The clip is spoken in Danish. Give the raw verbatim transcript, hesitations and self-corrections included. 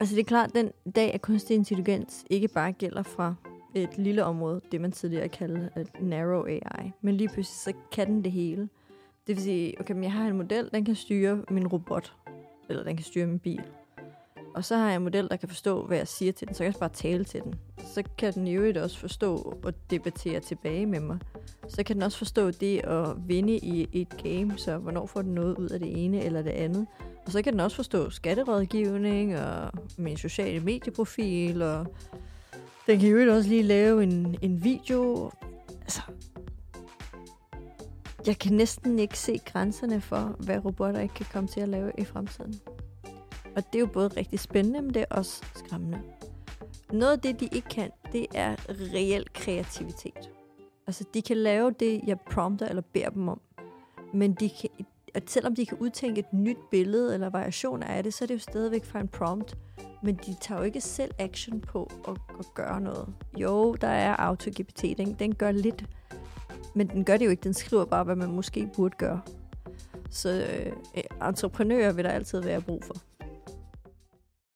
Altså det er klart, at den dag, at kunstig intelligens ikke bare gælder fra et lille område, det man tidligere kaldte et narrow A I, men lige pludselig så kan den det hele. Det vil sige, okay, men jeg har en model, den kan styre min robot, eller den kan styre min bil. Og så har jeg en model, der kan forstå, hvad jeg siger til den, så kan jeg bare tale til den. Så kan den jo også forstå og debattere tilbage med mig. Så kan den også forstå det at vinde i et game, så hvornår får den noget ud af det ene eller det andet. Og så kan den også forstå skatterådgivning og min sociale medieprofil, og den kan jo også lige lave en, en video. Altså, jeg kan næsten ikke se grænserne for, hvad robotter ikke kan komme til at lave i fremtiden. Og det er jo både rigtig spændende, men det er også skræmmende. Noget af det, de ikke kan, det er reel kreativitet. Altså, de kan lave det, jeg prompter eller beder dem om. Men de kan, at selvom de kan udtænke et nyt billede eller variationer af det, så er det jo stadigvæk fra en prompt. Men de tager jo ikke selv action på at, at gøre noget. Jo, der er AutoGPT, den, den gør lidt, men den gør det jo ikke. Den skriver bare, hvad man måske burde gøre. Så øh, entreprenører vil der altid være brug for.